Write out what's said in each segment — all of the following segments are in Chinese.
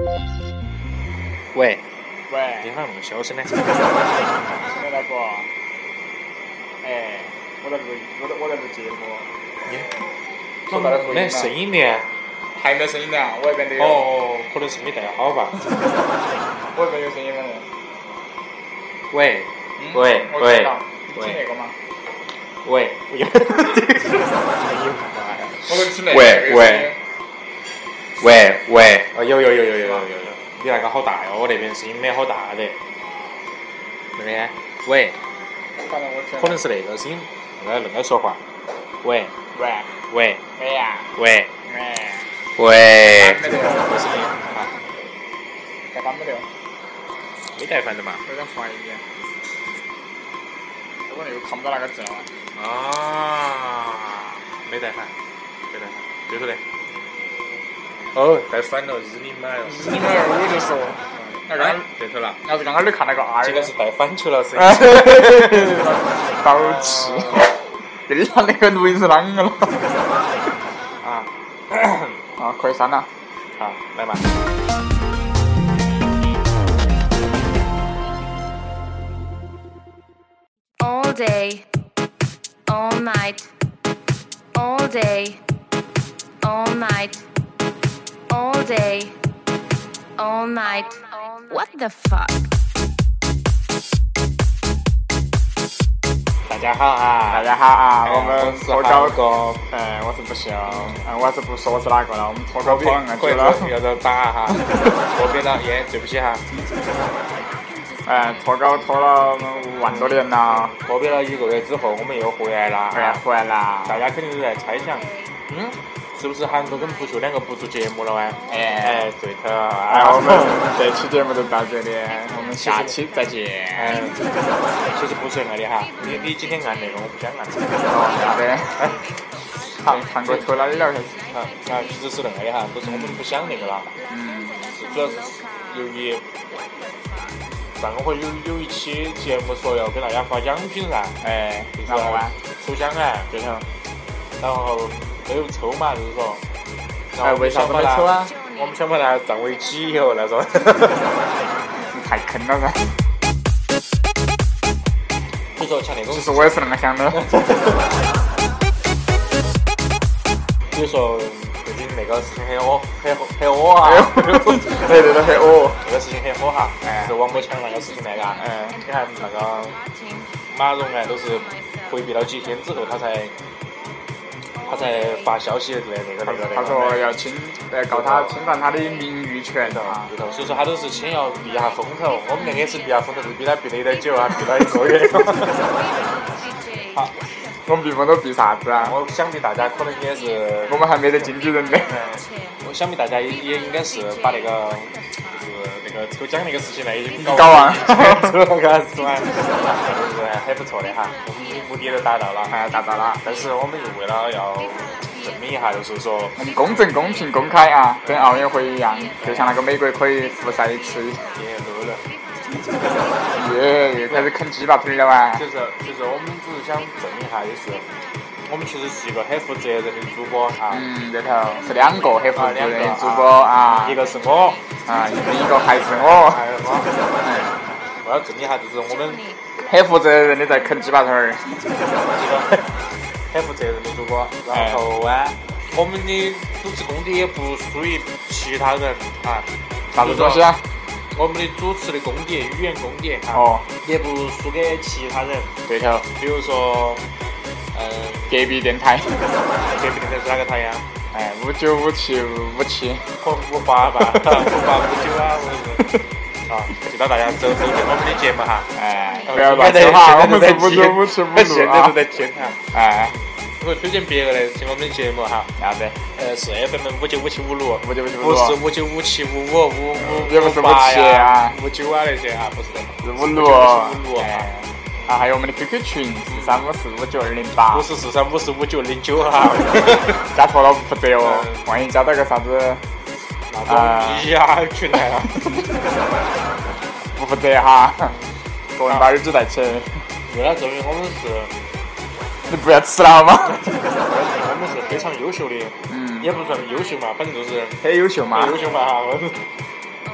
喂， 喂， 你好像那么小声呢？ 现在那个，哎，我在录节目，说到的回音没声音的。 还没声音呢，我这边都有。 哦，可能是没带好吧。 我这边有声音了。 喂， 我听到，你听那个吗？ 喂， 我都听那个。 喂，哦，有，你那个好大哟，我那边声音没好大的。那边，喂，可能是那个声音，那个说话。喂呀。 喂。没得有声音啊？ 带翻没得？ 没带翻的嘛？ 有点怀疑。我那个看不到那个字了。 啊，没带翻，对头的。哦，带翻了，日你妈哟！ 你们我就说，那刚对头了。 要是刚刚你看那个 R， 这个是带翻球了噻。 倒气，跟你那个录音是啷个了？可以删了。 好，来吧。 All day, all night, all day, all night, all day, all night. What the fuck? 大家好啊！ 我们脱稿哥， 我是不行，我还是不说我是哪个了，我们脱稿跑可以要着打哈，脱别了，对不起哈。 脱稿脱了5万多年了， 脱别了1个月之后，我们又回来了。大家肯定都在猜想，是不是韩哥跟朴秀2个不做节目了哇？对头。 我们这期节目就到这里，我们下期再见。 其实不是那的哈，你今天按那个，我不想按。 好的。好，韩国脱哪里了？ 其实是那的哈，不是我们不想那个了。主要是由于上回有一期节目说要给大家发奖品噻，就是抽奖对头，然后没有抽嘛，就是说， 为啥子没抽啊？ 我们想把它占为己有那种。 太坑了噻！ 你说像那种， 其实我也是那么想的。 比如说最近那个事情很火啊， 对，很火， 那个事情很火哈，是王宝强那个事情那个，你看那个马蓉都是回避了几天之后，他才发消息那个。 他说要告他侵犯他的名誉权的嘛。 对头，所以说他都是先要避下风头，我们那个是避下风头，是避他避得有点久啊，避了1个月。好。 我们避风头避啥子啊？ 我想必大家可能也是， 我们还没得经纪人呢。 我想必大家也应该是把那个就是那个抽奖那个事情已经搞完， 抽了个是吧？就是很不错的哈，我们目的都达到了， 达到了。 但是我们又为了要证明一下，就是说我们公正、公平、公开啊，跟奥运会一样，就像那个美国可以复赛一次。又开始啃鸡巴腿了哇！ 就是我们只是想证明一下，就是我们其实是一个很负责任的主播啊。 对头，是2个很负责任的主播啊， 一个是我另一个还是我。 我要证明一下，就是我们很负责任的在啃鸡巴腿儿。 是个很负责任的主播，然后我们的主持功底也不输于其他人啊。 啥子东西啊？ 我们的主持的功底、语言功底也不输给其他人。 对头， 比如说， 隔壁电台。 隔壁电台是哪个台呀 ？595757。 和58吧，5859啊，我是。记得大家收听我们的节目哈。 不要乱说话，我们是595755 现在都在听哈。 我会推荐别个来听我们的节目哈。 啥子？ 是 FM 59576，不是595555558 也不是57啊 ，59啊那些啊，不是的， 是56还有我们的 QQ 群43545928， 不是43545909哈， 加错了不负责哦，万一加到个啥子群来了， 不负责哈，个人把耳机带起。 为了证明我们是。 你不要吃了好吗？ 我们是非常优秀的，也不算优秀嘛，反正就是很优秀嘛。 哈。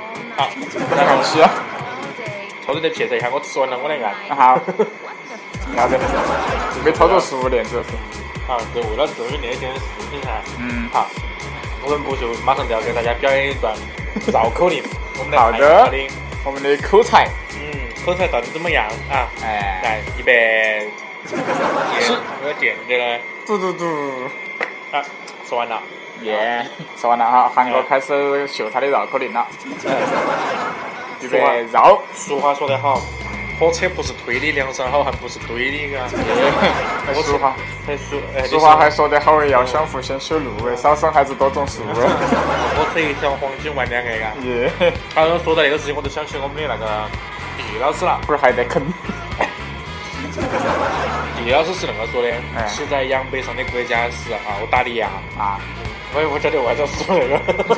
好， 然后吃。 偷偷的撇一下，我吃完了我来按。 好，要得，没操作熟练主要是。 好，这为了证明那天的事情噻。好，我们不就马上就要给大家表演一段绕口令。我们来看一下我们的口才。 口才到底怎么样啊？来，预备，我要点这个。 嘟嘟嘟。 啊，说完了。 耶，说完了哈，韩国开始秀他的绕口令了。预备绕。 俗话说得好，火车不是推的梁山好汉不是堆的，嘎。 俗话还说得好，要想富先修路，少生孩子多种树。 火车一条黄金万两个，嘎。 耶。 刚刚说到那个事情，我都想起我们的那个地理老师了。 不是还得啃。 地理老师是那么说的：骑在洋北上的国家是澳大利亚啊。我也不晓得为啥说那个。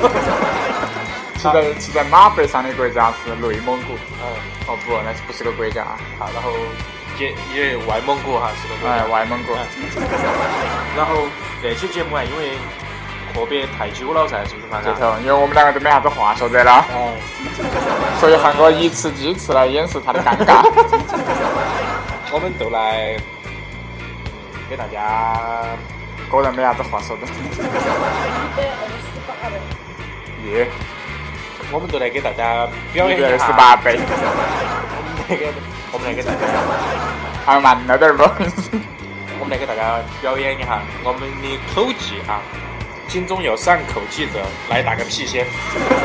骑在马背上的国家是内蒙古。哦不，那不是个国家啊。 好，然后因为外蒙古哈是个国家。 外蒙古。 然后这期节目因为阔别太久了噻，是不是嘛？ 对头，因为我们两个都没啥子话说得了。所以韩国一次几次来掩饰他的尴尬。 我们都来给大家。 个人没啥子话说的。耶。 我们都来给大家表演一下。 28倍。 我们来给大家。 还慢了点不？ 我们来给大家表演一下我们的口技啊！心中有善口技者，来打个屁先。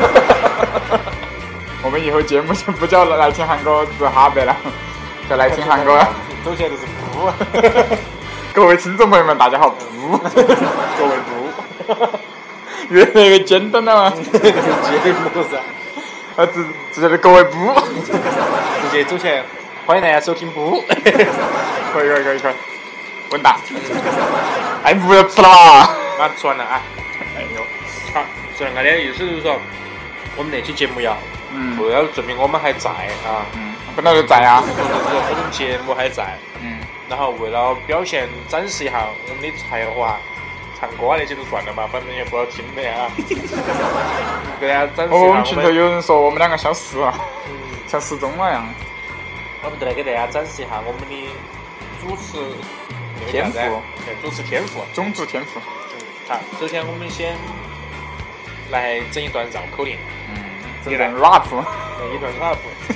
我们以后节目就不叫来听韩国是哈白了，就来听韩国。 走起来就是不。 各位听众朋友们，大家好，不， 各位不。 越来越简单了吗？ 节目是直接的各位不， 直接走起来，欢迎大家收听不。 可以，稳当。哎，不要吃了吧？ 那吃完了啊。 哎呦， 好，是那个的意思就是说，我们那期节目要，为了证明我们还在啊。 本来就在啊。 就是说我们节目还在。然后为了表现展示一下我们的才华。唱歌那些都算了嘛，反正也不好听的啊。给大家展示一下。我们群头有人说我们两个消失了，像失踪了一样。 我们都来给大家展示一下我们的主持天赋， 主持天赋， 种植天赋。 好，首先我们先来整一段绕口令。 整一段 rap。 一段 rap。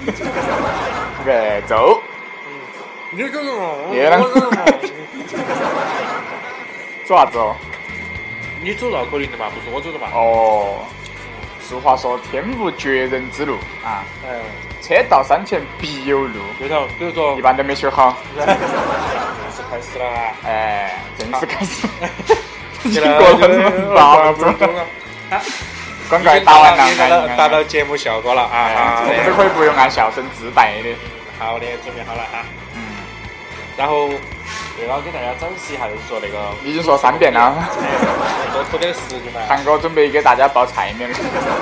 走。 你走什么？ 做啥子哦？ 你走绕口令的嘛，不是我走的嘛。 哦。俗话说天无绝人之路啊。车到山前必有路。 对头，比如说。 一般都没学好。 正式开始了啊。 正式开始。 结果8分钟了。 广告打完了， 达到节目效果了啊！ 我们都可以不用按笑声自带的。 好的，准备好了啊。然后为了给大家展示一下，就是说那个已经说3遍了， 多拖点时间嘛。 韩哥准备给大家报菜名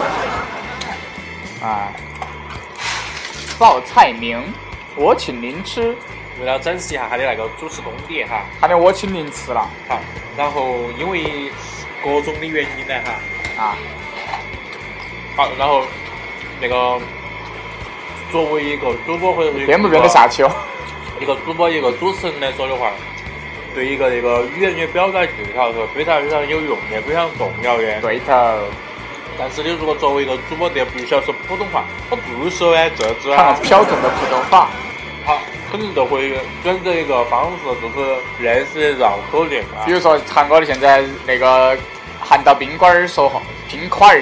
啊，报菜名，我请您吃。 为了展示一下他的那个主持功底哈， 他的我请您吃了。 好，然后因为各种的原因呢哈，好，然后那个作为一个主播或者是编不编得下去哦？ 一个主播一个主持人来说的话，对一个这个语言的表达技巧是非常非常有用的，非常重要的。 对头。 但是你如果作为一个主播的不晓得说普通话，我不说这字标准的普通话， 好，可能都会选择一个方式，就是类似的绕口令啊。 比如说韩国的现在那个喊到宾馆说话，宾馆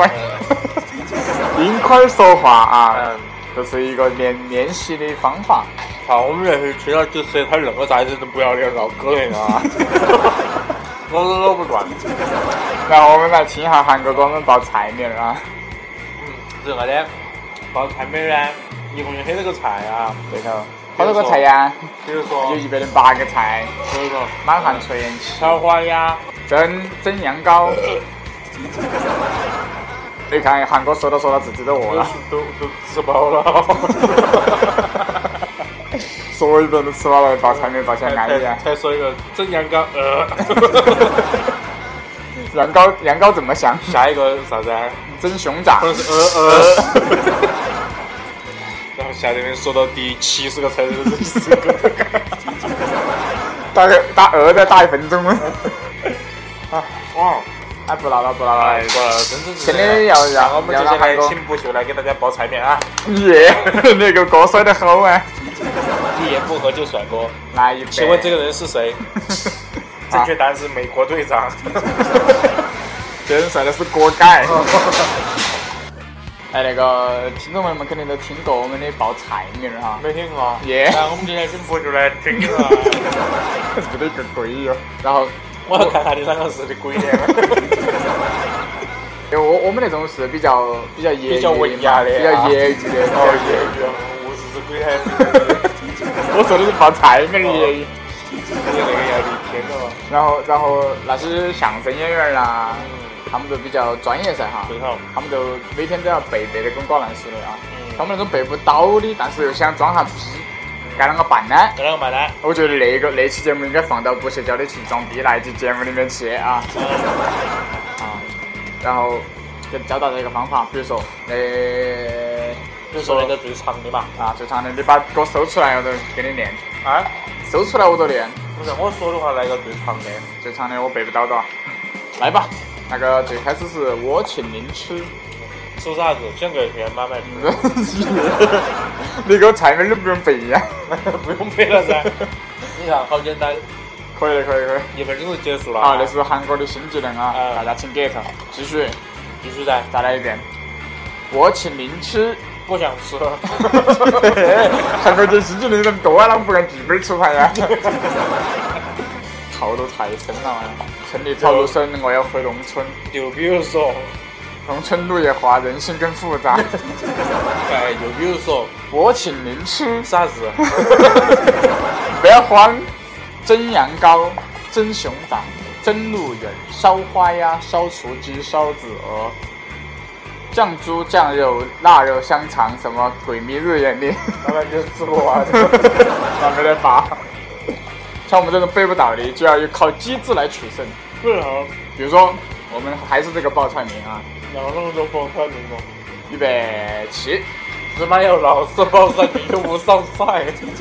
说话啊，这是一个练习的方法。 好，我们这是听到就是他任何啥子都不要练绕口令啊，我不断。 然后我们来听一下韩国给我们报菜名啊。 是啥的？报菜名呢，一共有很多个菜啊。 对头。好多个菜呀？ 比如说。 有108个菜。 比如说。 满汉全席。 炒花鸭。 蒸羊羔。你看韩国说到自己都饿了。 都吃饱了。 说一遍都吃饱了，报菜名报起来安逸啊！ 才说一个蒸羊羔， 羊羔怎么想？ 下一个啥子啊？ 真熊掌。 可能是然后下面说到第70个词是个打再打1分钟吗？ 啊哇！ 哎，不闹了， 哎，真是现在要我们接下来请不秀来给大家报菜名啊！ 耶，那个歌甩得好啊！ 一言不合就甩锅。 来一杯。 请问这个人是谁？正确答案是美国队长。 这人甩的是锅盖。哎，那个听众朋友们肯定都听过我们的报菜名哈， 没听过。 耶！ 那我们今天请不秀来听啊。 是的个鬼哟！然后我要看看你3个是的鬼脸。 因为我们那种是比较业余， 比较文雅的， 比较业余的， 业余。我是鬼还是？ 我说的是报菜名的业余。 那个要离天了嘛。 然后那些相声演员啦，他们都比较专业噻哈。 对头。 他们都每天都要背的跟瓜烂似的啊。他们那种背不到的，但是又想装下逼，该啷个办呢？我觉得那期节目应该放到不社交的去装逼那一期节目里面去啊。然后就教大家一个方法，比如说那个最长的嘛。 最长的，你把歌搜出来，我都给你练。 啊？ 搜出来我都练。 不是我说的话，来个最长的。 最长的我背不到的。来吧，那个最开始是我请您吃。 说啥子？想个天妈卖。 你给我菜名都不用背呀。 不用背了噻。你看，好简单。 可以。 1分钟就结束了。 啊，那是韩国的新技能啊！大家请 get。继续噻，再来一遍。我请您吃。 不想吃了。 韩国这新技能人多啊，啷不按剧本出牌呀？套路太深了。城里草路深，我要回农村。 就比如说， 农村路也滑，人性更复杂。 哎，就比如说， 我请您吃啥子？ 不要慌。蒸羊羔，蒸熊掌，蒸鹿眼，烧花鸭，烧雏鸡，烧子鹅，酱猪酱肉，腊肉香肠，什么鬼迷日眼的， 当然就是吃不完。 那没得法。像我们这种背不到的，就要靠机智来取胜。 对啊。 比如说，我们还是这个报菜名啊。 然后那种报菜名嘛。 预备起。 他妈要老是报菜名就不上菜。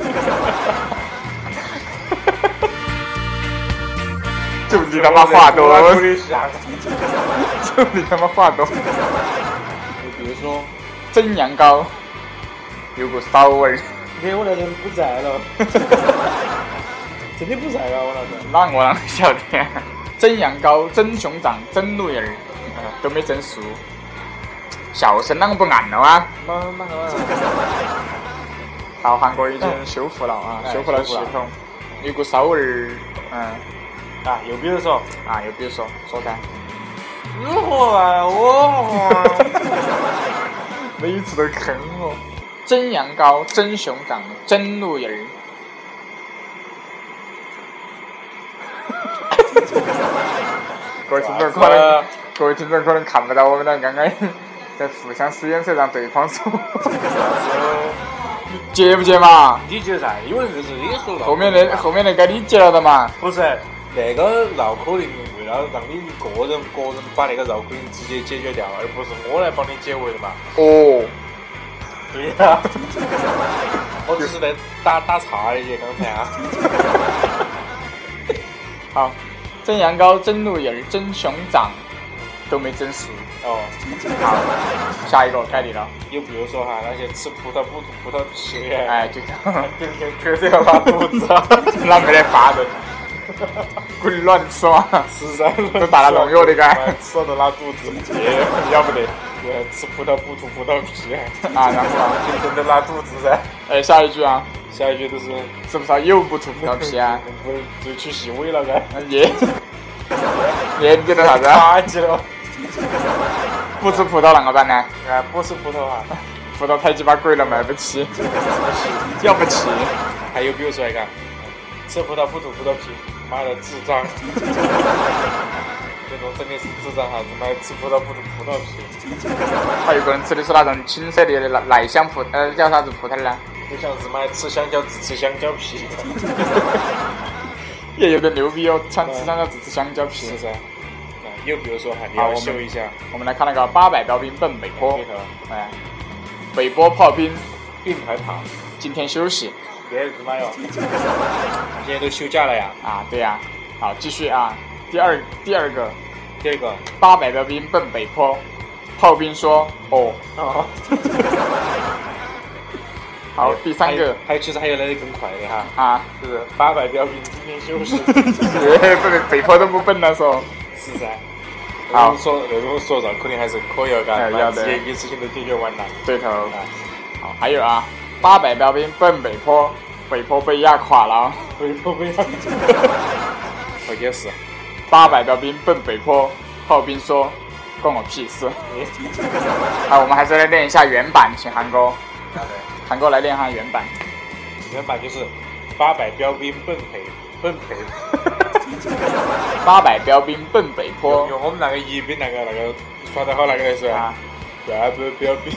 就你他妈话多，就你他妈话多。 比如说蒸羊羔，有股骚味儿。 我那天不在了。真的不在了，我那个晓得。蒸羊羔，蒸熊掌，蒸鹿眼儿，都没蒸熟。笑声啷个不按了啊？好，韩国已经修复了啊，修复了系统，有股骚味儿。 又比如说， 说噻。每一次都坑我。蒸羊羔，蒸熊掌，蒸鹿眼儿。各位听众可能看不到我们俩刚刚在互相使眼色，让对方说。接不接嘛？ 你接噻，因为这是你说的。 后面那该你接了的嘛？ 不是，那个绕口令为了让你个人把那个绕口令直接解决掉，而不是我来帮你解围的嘛。 哦。 对呀。我只是在打岔而已，刚才啊。 好。蒸羊羔，蒸鹿眼儿，蒸熊掌，都没蒸熟。 哦， 好，下一个该你了。 又比如说哈，那些吃葡萄不吐葡萄皮， 哎，对的，天天确实要拉肚子， 那没得法子，故意乱吃嘛。 是噻， 都打了农药的该， 吃了都拉肚子， 要不得。 吃葡萄不吐葡萄皮啊，然后啊， 天天都拉肚子噻。 哎，下一句啊。 下一句都是是不是有不吐葡萄皮啊？ 不是就去洗胃了该？ 耶，你觉得啥子？ 垃圾了。 不吃葡萄啷个办呢？ 不吃葡萄啊， 葡萄太鸡巴贵了，买不起，要不起。 还有比如说一个，吃葡萄不吐葡萄皮，妈的智障。这种真的是智障哈，他妈吃葡萄不吐葡萄皮。 还有个人吃的是那种青色的奶香葡，叫啥子葡萄呢？ 就像是妈吃香蕉只吃香蕉皮。 也有点牛逼哦，想吃香蕉只吃香蕉皮。 是噻。 又比如说哈，你好要秀一下， 我们来看那个800标兵奔北坡对，头， 哎，北坡炮兵并排跑， 今天休息别日妈哟，今天都休假了呀。 啊，对呀、好，继续啊，第二个第二个， 800标兵奔北坡，炮兵说哦，好，第三个还有其实还有来的更快的哈， 啊， 就是800标兵今天休息， 北坡都不奔了说， 是噻。 好那种说着肯定还是可以的， 哎要得直接一次性都解决完了。 对头，好，还有啊，800标兵奔北坡，北坡被压垮了， 北坡不要，我也是。 800标兵奔北坡，炮兵说关我屁事。好，我们还是来练一下原版，请韩哥，韩哥来练下原版。 原版就是800标兵奔北 800标兵奔北坡用我们那个宜宾那个耍得好那个来说啊， 800标兵，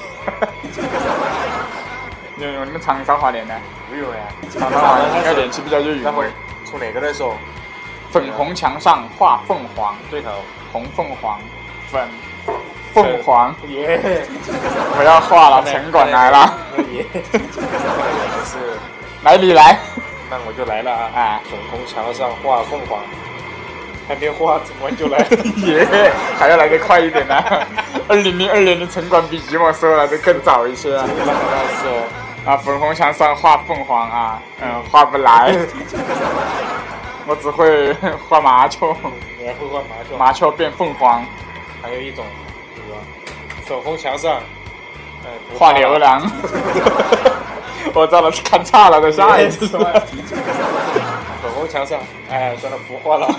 用你们长沙话练呢？ 不用呀。 长沙话应该练起比较有韵然后味。 从那个来说， 粉红墙上画凤凰， 对头， 红凤凰，凤凰， 耶， 不要画了，城管来了， 耶，是， 来你来， 那我就来了啊！ 哎， 粉红墙上画凤凰，还没画，城管就来。 耶，还要来得快一点呢。2002年的城管比一模收来的更早一些啊。 那是哦， 啊，粉红墙上画凤凰啊，画不来，我只会画麻雀， 你还会画麻雀？ 麻雀变凤凰， 还有一种，是吧？粉红墙上， 画牛郎。我知道了，看差了的，下一次。 粉红墙上，哎，算了，不画了。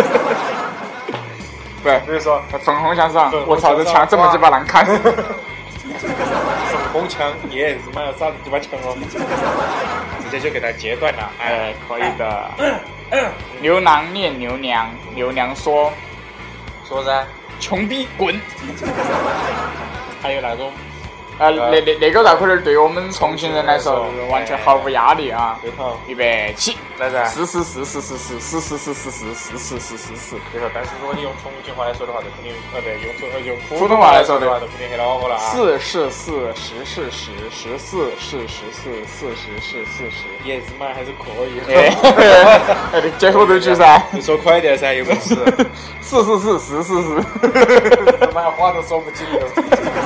对， 比如说粉红墙上粉，红我操，这墙这么鸡巴难看。 粉红墙，耶，他妈啥子鸡巴墙哦，直接就给它截断了。 哎，可以的。牛郎念牛娘，牛娘说说噻， 穷逼滚。 还有那种， 那个绕口令对我们重庆人来说完全毫无压力啊！ 对头， 预备起， 来噻， 是， 对头。但是如果你用重庆话来说的话，就肯定对，用普通话来说的话，就肯定很恼火了啊。 是，十是十，14是14，40是40。 也是嘛，还是可以。 哎，你接后头句噻。 你说快点噻，有本事。 是， 他妈话都说不清了。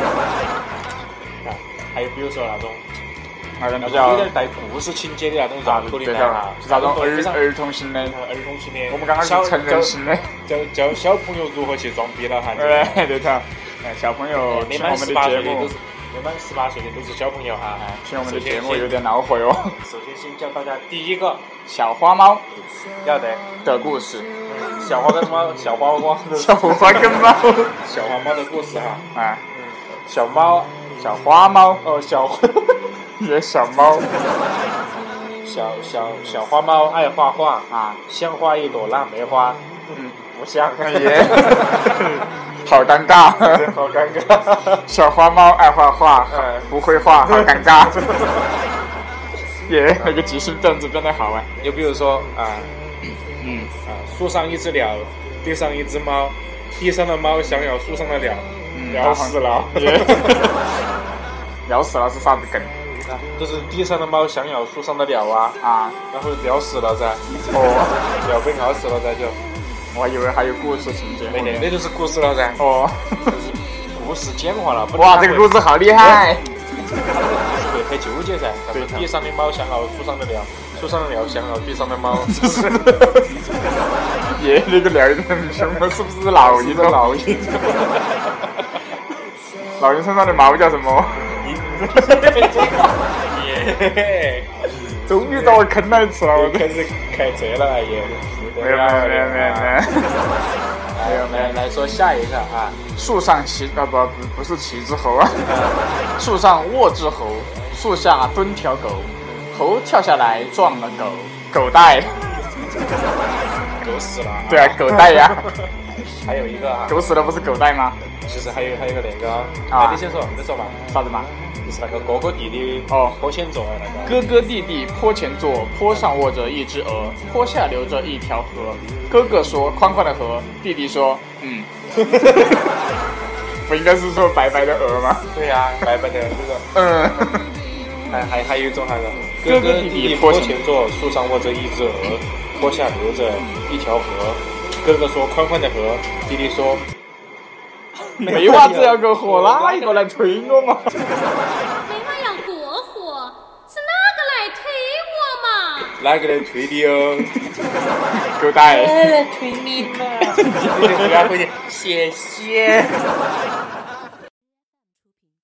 还有比如说那种， 比较有点带故事情节的那种绕口令啊， 是那种儿童型的。 儿童型的。 我们刚刚是成人型的。 教小朋友如何去装逼了哈。 对头。小朋友听我们的节目， 没满18岁的都是小朋友哈。 听我们的节目有点恼火哟。 首先先教大家第一个小花猫要得的故事。 小花跟猫，小花猫的小花跟猫， 小花猫的故事哈。 啊， 小猫， 小花猫哦，小猫， 小花猫爱画画啊， 像画一朵腊梅花，不像， 耶，好尴尬， 好尴尬。 小花猫爱画画，不会画，好尴尬。耶，那个即兴段子变得好玩。 又比如说树上一只鸟，地上一只猫，地上的猫想咬树上的鸟，咬死了。 咬死了是啥子梗？ 就是地上的猫想咬树上的鸟啊，然后咬死了噻。哦，鸟被咬死了噻就。 我还以为还有故事情节。 没得，那就是故事了噻。 哦， 就是故事简化了。 哇，这个故事好厉害！ 是会很纠结噻。对，地上的猫想咬树上的鸟，树上的鸟想咬地上的猫。 耶，那个鸟什么？是不是老鹰？ 老鹰。 老鹰身上的毛叫什么？ 耶！ 终于到我坑那一次了，我开始开车了耶！ 没有。 来说下一个啊， 树上不是骑只猴啊，树上卧只猴，树下蹲条狗，猴跳下来撞了狗，狗带， 狗死了。 对啊，狗带呀。 还有一个啊， 狗屎的不是狗带吗？ 其实还有一个那个， 啊你先说嘛， 啥子嘛？ 就是那个哥哥弟弟哦坡前坐的那个。 哥哥弟弟坡前坐，坡上卧着一只鹅，坡下流着一条河。哥哥说宽宽的河，弟弟说不应该是说白白的鹅吗？ 对呀、白白的这个。还有一种那个哥哥弟弟坡前坡前坐，树上卧着一只鹅，坡下流着一条河。哥哥说宽宽的河，弟弟说没娃子要过河，哪一个来推我嘛？ 没娃要过河，是哪个来推我嘛？ 哪个来推你哦？ 狗带。 来推你嘛！你不要回去，谢谢。